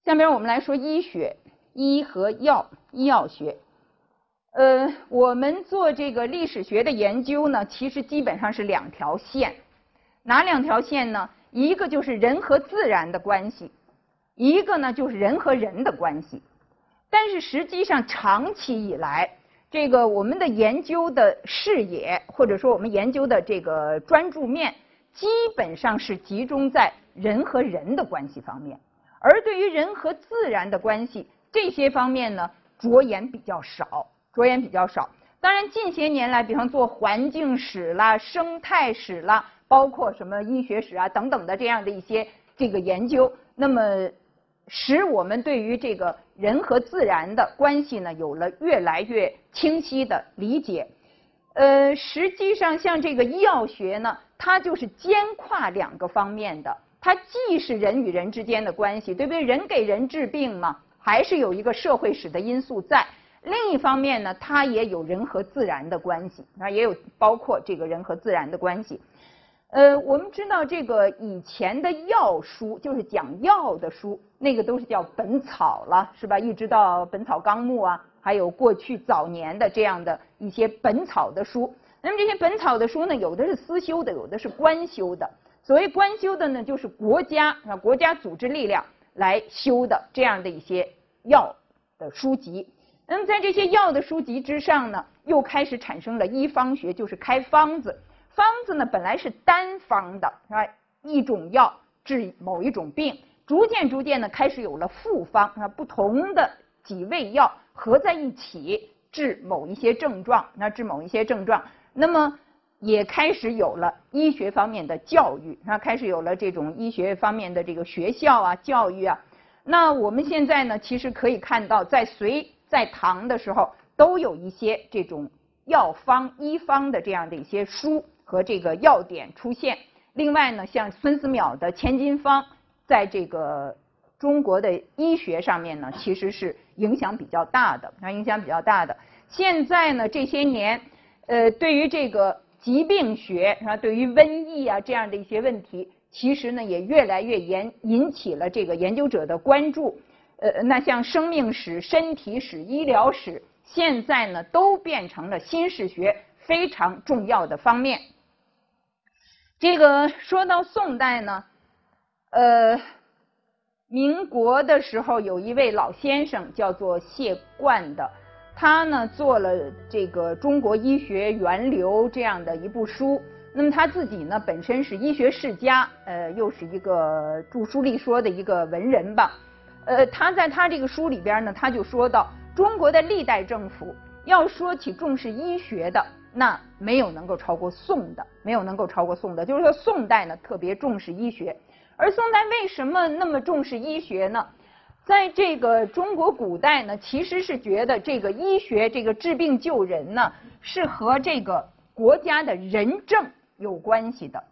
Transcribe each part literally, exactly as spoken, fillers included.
下面我们来说医学，医和药，医药学。呃，我们做这个历史学的研究呢，其实基本上是两条线。哪两条线呢？一个就是人和自然的关系，一个呢就是人和人的关系。但是实际上长期以来，这个我们的研究的视野，或者说我们研究的这个专注面，基本上是集中在人和人的关系方面。而对于人和自然的关系这些方面呢，着眼比较少，着眼比较少。当然，近些年来，比方做环境史啦、生态史啦，包括什么医学史啊等等的这样的一些这个研究，那么使我们对于这个人和自然的关系呢，有了越来越清晰的理解。呃，实际上像这个医药学呢，它就是兼跨两个方面的。它既是人与人之间的关系，对不对？人给人治病嘛，还是有一个社会史的因素在。另一方面呢，它也有人和自然的关系，啊，也有包括这个人和自然的关系。呃，我们知道这个以前的药书，就是讲药的书，那个都是叫本草了，是吧？一直到《本草纲目》啊，还有过去早年的这样的一些本草的书。那么这些本草的书呢，有的是私修的，有的是官修的。所谓官修的呢，就是国家啊，国家组织力量来修的这样的一些药的书籍。那么在这些药的书籍之上呢，又开始产生了医方学，就是开方子。方子呢本来是单方的，是吧？一种药治某一种病，逐渐逐渐呢开始有了复方，啊，不同的几味药合在一起治某一些症状，那治某一些症状，那么也开始有了医学方面的教育，啊，开始有了这种医学方面的这个学校啊、教育啊。那我们现在呢，其实可以看到，在隋、在唐的时候，都有一些这种药方、医方的这样的一些书和这个药典出现。另外呢，像孙思邈的《千金方》，在这个中国的医学上面呢，其实是影响比较大的，啊，影响比较大的。现在呢，这些年，呃，对于这个疾病学啊，对于瘟疫啊这样的一些问题，其实呢也越来越引引起了这个研究者的关注。呃，那像生命史、身体史、医疗史，现在呢都变成了新史学非常重要的方面。这个说到宋代呢，呃，民国的时候有一位老先生叫做谢冠的。他呢做了这个中国医学源流这样的一部书，那么他自己呢本身是医学世家，呃，又是一个著书立说的一个文人吧，呃，他在他这个书里边呢，他就说到中国的历代政府要说起重视医学的，那没有能够超过宋的，没有能够超过宋的，就是说宋代呢特别重视医学，而宋代为什么那么重视医学呢？在这个中国古代呢，其实是觉得这个医学这个治病救人呢，是和这个国家的仁政有关系的，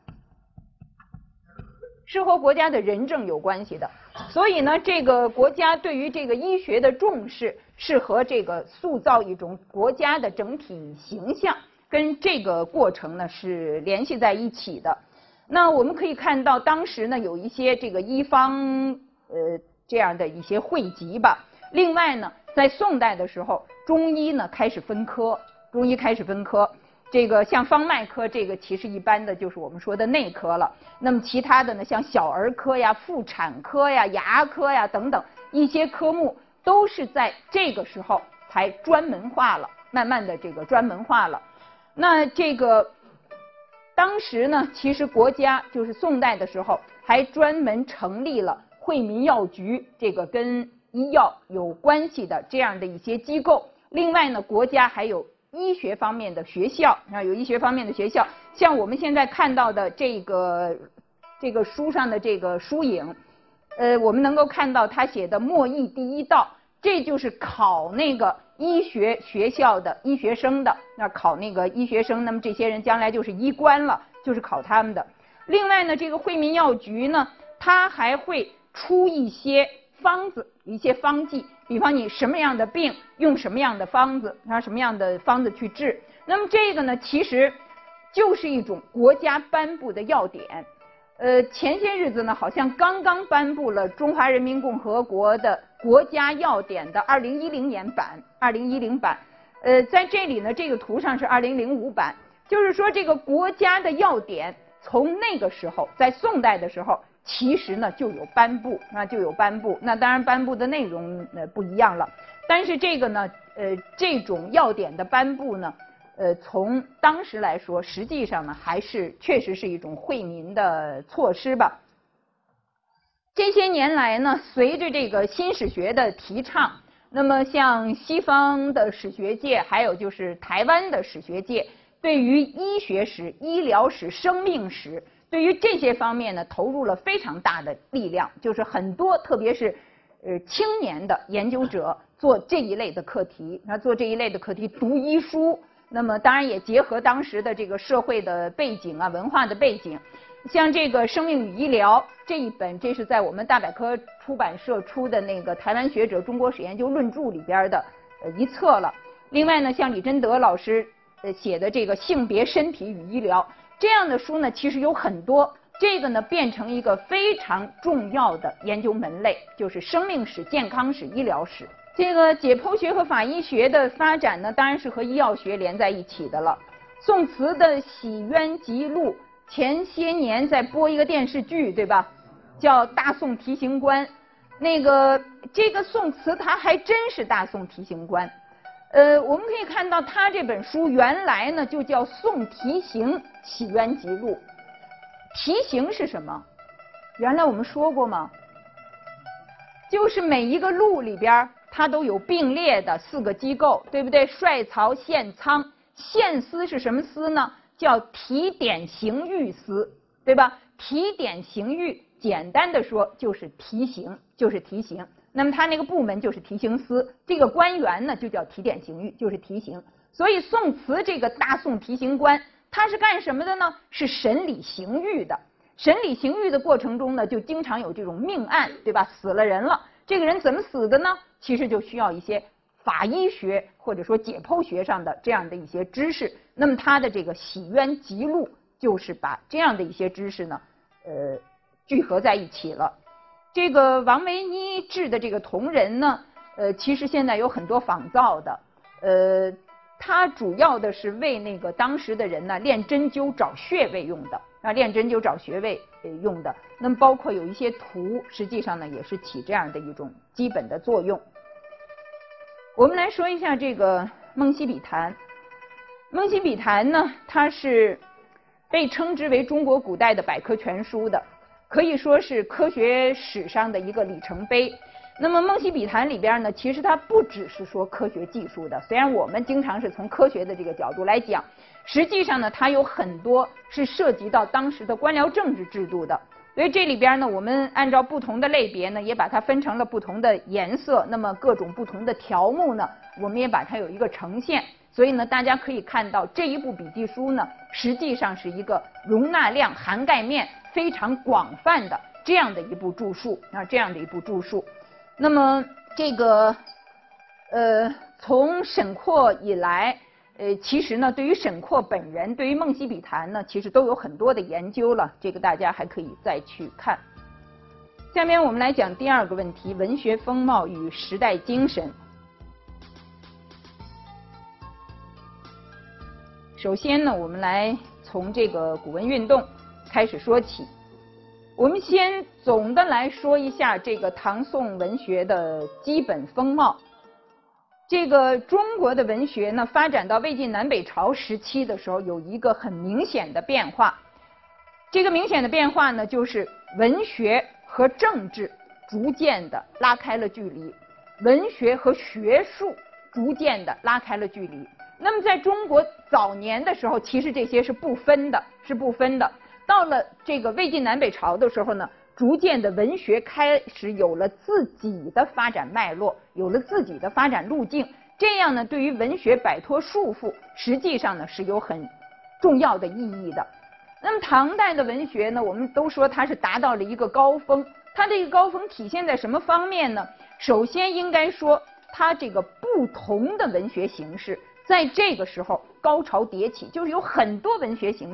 是和国家的仁政有关系的。所以呢，这个国家对于这个医学的重视，是和这个塑造一种国家的整体形象，跟这个过程呢是联系在一起的。那我们可以看到，当时呢有一些这个医方呃。这样的一些汇集吧。另外呢，在宋代的时候，中医呢开始分科，中医开始分科。这个像方脉科，这个其实一般的就是我们说的内科了。那么其他的呢，像小儿科呀、妇产科呀、牙科呀等等一些科目，都是在这个时候才专门化了，慢慢的这个专门化了。那这个当时呢，其实国家就是宋代的时候，还专门成立了惠民药局，这个跟医药有关系的这样的一些机构。另外呢，国家还有医学方面的学校啊，有医学方面的学校，像我们现在看到的这个这个书上的这个书影，呃，我们能够看到他写的莫议第一道，这就是考那个医学学校的医学生的，那考那个医学生，那么这些人将来就是医官了，就是考他们的。另外呢，这个惠民药局呢，它还会出一些方子，一些方剂，比方你什么样的病用什么样的方子，然后什么样的方子去治。那么这个呢，其实就是一种国家颁布的药典。 呃，前些日子呢，好像刚刚颁布了中华人民共和国的国家要点的二零一零年版，二零一零版。呃，在这里呢，这个图上是二零零五版，就是说这个国家的要点从那个时候，在宋代的时候，其实呢就有颁布，那就有颁布。那当然颁布的内容呃不一样了，但是这个呢，呃，这种要点的颁布呢，呃，从当时来说，实际上呢还是确实是一种惠民的措施吧。这些年来呢，随着这个新史学的提倡，那么像西方的史学界，还有就是台湾的史学界，对于医学史、医疗史、生命史，对于这些方面呢，投入了非常大的力量，就是很多，特别是呃青年的研究者做这一类的课题，那做这一类的课题，读医书，那么当然也结合当时的这个社会的背景啊、文化的背景。像这个《生命与医疗》这一本，这是在我们大百科出版社出的那个台湾学者中国史研究论著里边的呃一册了。另外呢，像李贞德老师呃写的这个《性别、身体与医疗》这样的书呢，其实有很多。这个呢，变成一个非常重要的研究门类，就是生命史、健康史、医疗史。这个解剖学和法医学的发展呢，当然是和医药学连在一起的了。宋慈的《洗冤集录》。前些年在播一个电视剧，对吧？叫《大宋提刑官》。那个这个宋慈他还真是大宋提刑官。呃，我们可以看到他这本书原来呢就叫《宋提刑洗冤集录》。提刑是什么？原来我们说过吗？就是每一个录里边它都有并列的四个机构，对不对？帅曹、县仓。县司是什么司呢？叫提点刑狱司，对吧？提点刑狱，简单的说就是提刑，就是提刑。那么他那个部门就是提刑司，这个官员呢就叫提点刑狱，就是提刑。所以宋慈这个大宋提刑官，他是干什么的呢？是审理刑狱的。审理刑狱的过程中呢，就经常有这种命案，对吧？死了人了，这个人怎么死的呢？其实就需要一些法医学或者说解剖学上的这样的一些知识。那么他的这个《洗冤集录》就是把这样的一些知识呢，呃，聚合在一起了。这个王维一制的这个铜人呢，呃，其实现在有很多仿造的，呃，它主要的是为那个当时的人呢练针灸找穴位用的啊，练针灸找穴位呃用的。那么包括有一些图，实际上呢也是起这样的一种基本的作用。我们来说一下这个《梦溪笔谈》。《梦溪笔谈》呢，它是被称之为中国古代的百科全书的，可以说是科学史上的一个里程碑。那么《梦溪笔谈》里边呢，其实它不只是说科学技术的，虽然我们经常是从科学的这个角度来讲，实际上呢，它有很多是涉及到当时的官僚政治制度的。所以这里边呢，我们按照不同的类别呢，也把它分成了不同的颜色，那么各种不同的条目呢，我们也把它有一个呈现。所以呢，大家可以看到这一部笔记书呢，实际上是一个容纳量、涵盖面非常广泛的这样的一部著述啊，这样的一部著述。那么这个呃，从沈括以来，呃，其实呢，对于沈括本人，对于《梦溪笔谈》呢，其实都有很多的研究了，这个大家还可以再去看。下面我们来讲第二个问题：文学风貌与时代精神。首先呢，我们来从这个古文运动开始说起。我们先总的来说一下这个唐宋文学的基本风貌。这个中国的文学呢，发展到魏晋南北朝时期的时候，有一个很明显的变化。这个明显的变化呢，就是文学和政治逐渐的拉开了距离，文学和学术逐渐的拉开了距离。那么在中国早年的时候，其实这些是不分的，是不分的。到了这个魏晋南北朝的时候呢，逐渐的文学开始有了自己的发展脉络，有了自己的发展路径。这样呢，对于文学摆脱束缚，实际上呢是有很重要的意义的。那么唐代的文学呢，我们都说它是达到了一个高峰。它这个高峰体现在什么方面呢？首先应该说，它这个不同的文学形式在这个时候高潮迭起，就是有很多文学形式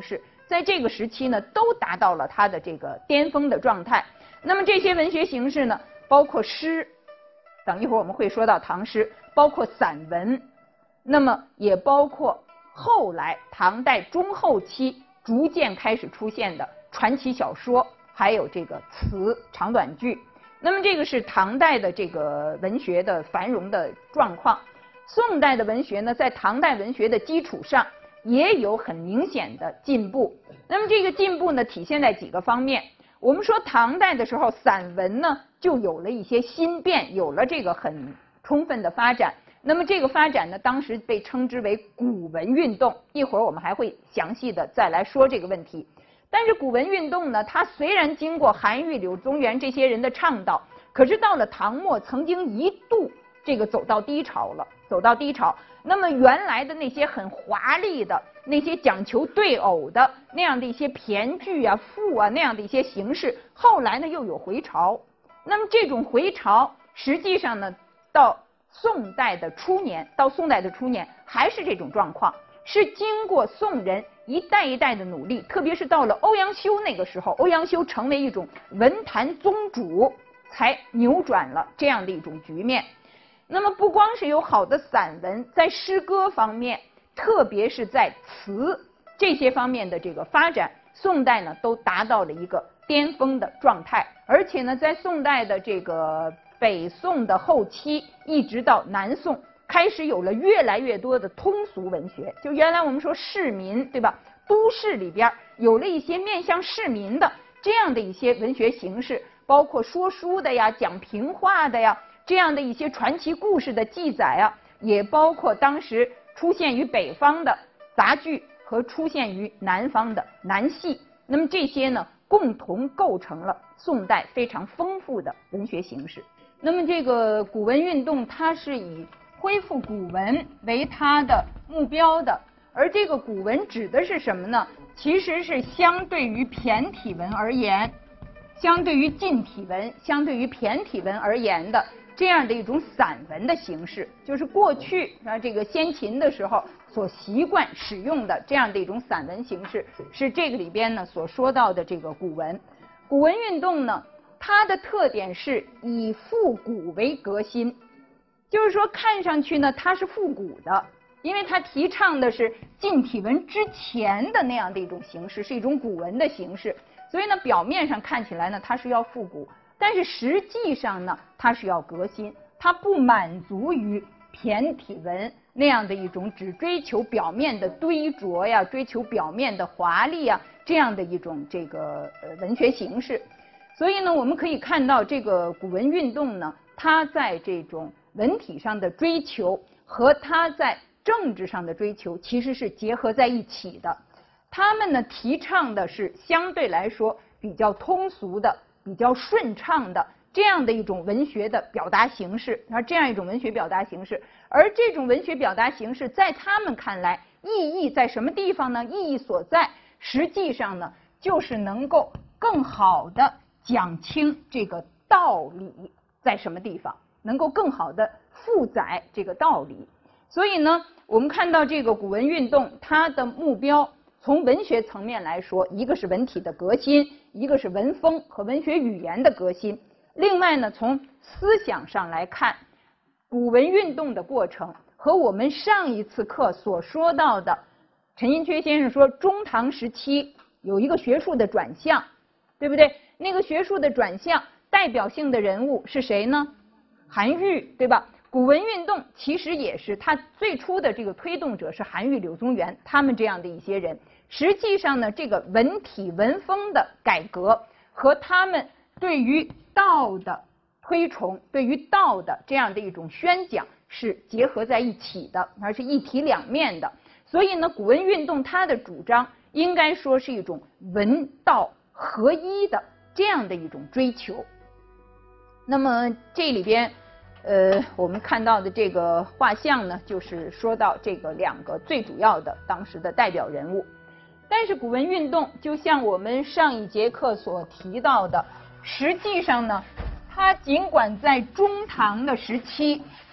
在这个时期呢，都达到了它的这个巅峰的状态。那么这些文学形式呢，包括诗，等一会儿我们会说到唐诗，包括散文，那么也包括后来唐代中后期逐渐开始出现的传奇小说，还有这个词长短句。那么这个是唐代的这个文学的繁荣的状况。宋代的文学呢，在唐代文学的基础上也有很明显的进步。那么这个进步呢，体现在几个方面。我们说唐代的时候，散文呢就有了一些新变，有了这个很充分的发展。那么这个发展呢，当时被称之为古文运动。一会儿我们还会详细的再来说这个问题。但是古文运动呢，它虽然经过韩愈、柳宗元这些人的倡导，可是到了唐末，曾经一度这个走到低潮了，走到低潮。那么原来的那些很华丽的、那些讲求对偶的那样的一些骈句啊、赋啊那样的一些形式，后来呢又有回潮。那么这种回潮，实际上呢，到宋代的初年，到宋代的初年还是这种状况，是经过宋人一代一代的努力，特别是到了欧阳修那个时候，欧阳修成为一种文坛宗主，才扭转了这样的一种局面。那么不光是有好的散文，在诗歌方面，特别是在词这些方面的这个发展，宋代呢都达到了一个巅峰的状态。而且呢，在宋代的这个北宋的后期，一直到南宋，开始有了越来越多的通俗文学。就原来我们说市民，对吧？都市里边有了一些面向市民的这样的一些文学形式，包括说书的呀、讲评话的呀，这样的一些传奇故事的记载啊，也包括当时出现于北方的杂剧和出现于南方的南戏。那么这些呢，共同构成了宋代非常丰富的文学形式。那么这个古文运动，它是以恢复古文为它的目标的。而这个古文指的是什么呢？其实是相对于骈体文而言，相对于近体文、相对于骈体文而言的这样的一种散文的形式，就是过去啊这个先秦的时候所习惯使用的这样的一种散文形式，是这个里边呢所说到的这个古文。古文运动呢，它的特点是以复古为革新，就是说看上去呢它是复古的，因为它提倡的是近体文之前的那样的一种形式，是一种古文的形式。所以呢，表面上看起来呢，它是要复古，但是实际上呢，它是要革新，它不满足于骈体文那样的一种只追求表面的堆琢呀、追求表面的华丽啊这样的一种这个呃文学形式。所以呢，我们可以看到这个古文运动呢，它在这种文体上的追求和它在政治上的追求其实是结合在一起的。他们呢提倡的是相对来说比较通俗的、比较顺畅的这样的一种文学的表达形式，而这样一种文学表达形式，而这种文学表达形式在他们看来，意义在什么地方呢？意义所在，实际上呢，就是能够更好的讲清这个道理在什么地方，能够更好的负载这个道理。所以呢，我们看到这个古文运动，它的目标从文学层面来说，一个是文体的革新，一个是文风和文学语言的革新。另外呢，从思想上来看，古文运动的过程和我们上一次课所说到的，陈寅恪先生说中唐时期有一个学术的转向，对不对？那个学术的转向代表性的人物是谁呢？韩愈，对吧？古文运动其实也是他最初的这个推动者是韩愈、柳宗元他们这样的一些人。实际上呢，这个文体文风的改革和他们对于道的推崇、对于道的这样的一种宣讲是结合在一起的，而是一体两面的。所以呢，古文运动它的主张应该说是一种文道合一的这样的一种追求。那么这里边呃，我们看到的这个画像呢，就是说到这个两个最主要的当时的代表人物。但是古文运动就像我们上一节课所提到的，实际上呢，它尽管在中唐的时期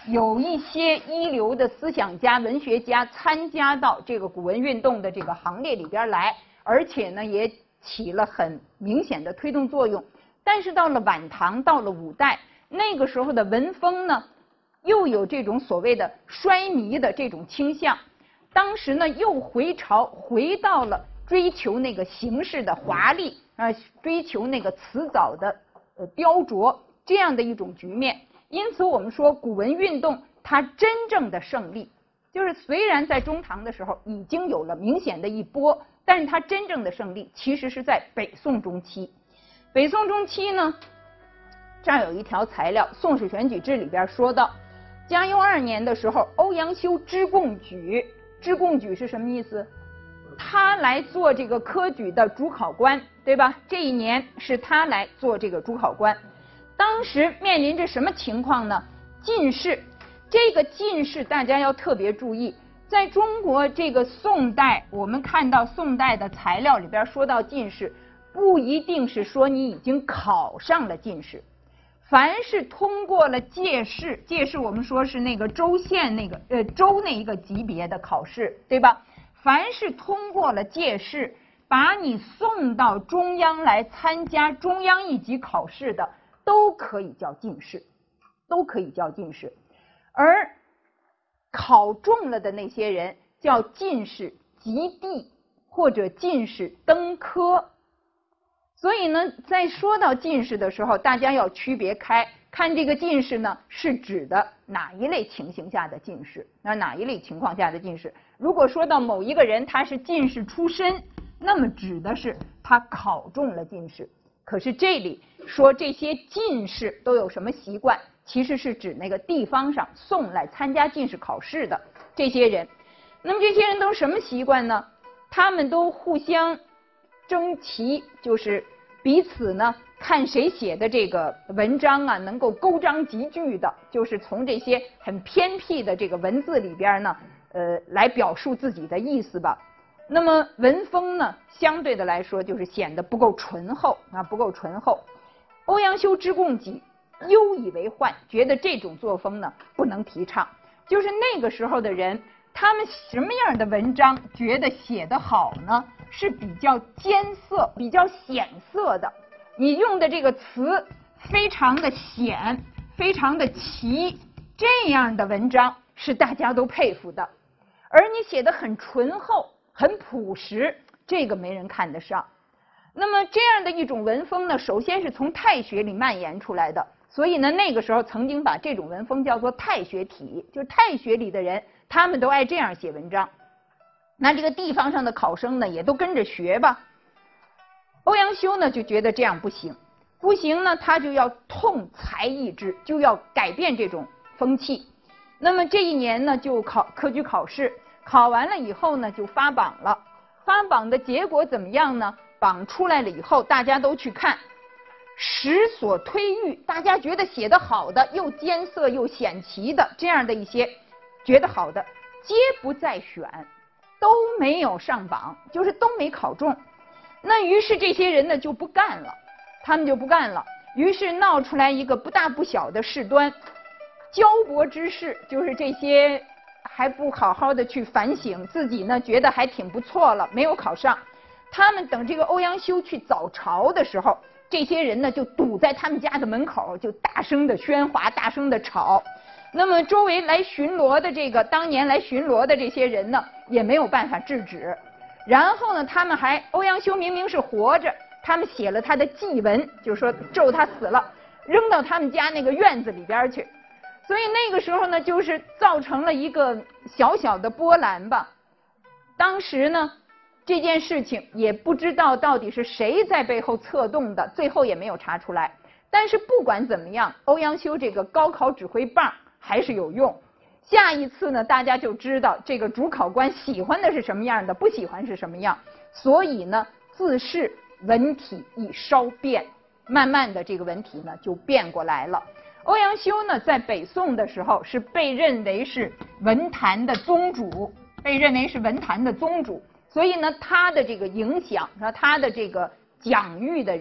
有一些一流的思想家、文学家参加到这个古文运动的这个行列里边来，而且呢也起了很明显的推动作用。但是到了晚唐，到了五代，那个时候的文风呢，又有这种所谓的衰靡的这种倾向。当时呢，又回潮，回到了追求那个形式的华丽啊，追求那个辞藻的呃雕琢这样的一种局面。因此，我们说古文运动它真正的胜利，就是虽然在中唐的时候已经有了明显的一波，但是它真正的胜利其实是在北宋中期。北宋中期呢，这儿有一条材料，《宋史选举志》里边说到，嘉佑二年的时候，欧阳修知贡举，知贡举是什么意思？他来做这个科举的主考官，对吧？这一年是他来做这个主考官。当时面临着什么情况呢？进士，这个进士大家要特别注意，在中国这个宋代，我们看到宋代的材料里边说到进士，不一定是说你已经考上了进士，凡是通过了介试，介试我们说是那个州县那个呃州那一个级别的考试，对吧？凡是通过了介试，把你送到中央来参加中央一级考试的，都可以叫进士，都可以叫进士。而考中了的那些人叫进士及第或者进士登科。所以呢，在说到进士的时候，大家要区别开，看这个进士呢是指的哪一类情形下的进士，那哪一类情况下的进士。如果说到某一个人他是进士出身，那么指的是他考中了进士。可是这里说这些进士都有什么习惯，其实是指那个地方上送来参加进士考试的这些人。那么这些人都什么习惯呢？他们都互相争奇，就是彼此呢看谁写的这个文章啊能够勾章集句的，就是从这些很偏僻的这个文字里边呢呃来表述自己的意思吧。那么文风呢相对的来说就是显得不够醇厚啊，不够醇厚。欧阳修知贡己，忧以为患，觉得这种作风呢不能提倡。就是那个时候的人，他们什么样的文章觉得写得好呢？是比较艰涩、比较显色的，你用的这个词非常的显、非常的奇，这样的文章是大家都佩服的。而你写得很醇厚、很朴实，这个没人看得上。那么这样的一种文风呢，首先是从太学里蔓延出来的，所以呢，那个时候曾经把这种文风叫做太学体，就是太学里的人，他们都爱这样写文章。那这个地方上的考生呢，也都跟着学吧。欧阳修呢就觉得这样不行，不行呢，他就要痛裁易之，就要改变这种风气。那么这一年呢，就考科举考试，考完了以后呢，就发榜了。发榜的结果怎么样呢？榜出来了以后，大家都去看，实所推御，大家觉得写得好的，又艰涩又显奇的这样的一些觉得好的，皆不再选，都没有上榜，就是都没考中。那于是这些人呢就不干了，他们就不干了，于是闹出来一个不大不小的事端。骄薄之士，就是这些还不好好的去反省自己呢，觉得还挺不错了，没有考上。他们等这个欧阳修去早朝的时候，这些人呢就堵在他们家的门口，就大声的喧哗，大声的吵。那么周围来巡逻的这个当年来巡逻的这些人呢，也没有办法制止。然后呢，他们还欧阳修明明是活着，他们写了他的祭文，就是说咒他死了，扔到他们家那个院子里边去。所以那个时候呢，就是造成了一个小小的波澜吧。当时呢，这件事情也不知道到底是谁在背后策动的，最后也没有查出来。但是不管怎么样，欧阳修这个高考指挥棒还是有用。下一次呢，大家就知道这个主考官喜欢的是什么样的，不喜欢是什么样。所以呢，自是文体一稍变，慢慢的这个文体呢就变过来了。欧阳修呢，在北宋的时候是被认为是文坛的宗主，被认为是文坛的宗主，所以呢，他的这个影响和他的这个讲誉的人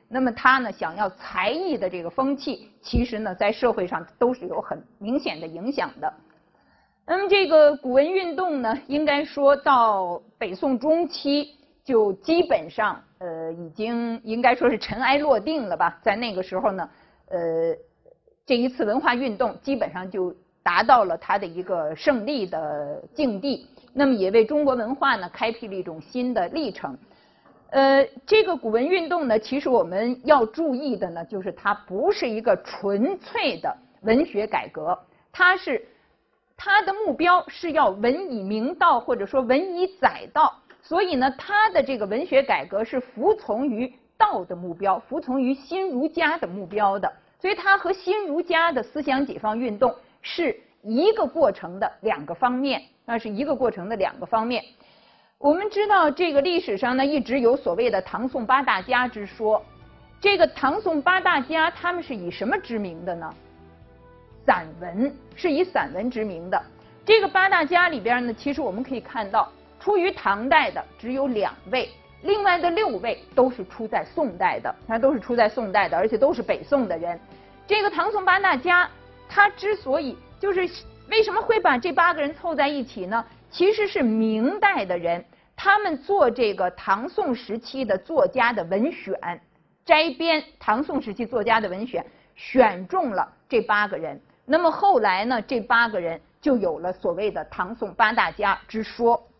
那么他呢想要才艺的这个风气，其实呢在社会上都是有很明显的影响的。那么这个古文运动呢，应该说到北宋中期就基本上呃已经应该说是尘埃落定了吧。在那个时候呢，呃这一次文化运动基本上就达到了它的一个胜利的境地，那么也为中国文化呢开辟了一种新的历程。呃，这个古文运动呢，其实我们要注意的呢，就是它不是一个纯粹的文学改革，它是它的目标是要文以明道，或者说文以载道，所以呢，它的这个文学改革是服从于道的目标，服从于新儒家的目标的，所以它和新儒家的思想解放运动是一个过程的两个方面，那是一个过程的两个方面。我们知道这个历史上呢一直有所谓的唐宋八大家之说，这个唐宋八大家他们是以什么知名的呢？散文，是以散文知名的。这个八大家里边呢，其实我们可以看到，出于唐代的只有两位，另外的六位都是出在宋代的，那都是出在宋代的，而且都是北宋的人。这个唐宋八大家，他之所以就是为什么会把这八个人凑在一起呢？其实是明代的人，他们做这个唐宋时期的作家的文选，摘编唐宋时期作家的文选，选中了这八个人。那么后来呢，这八个人就有了所谓的唐宋八大家之说。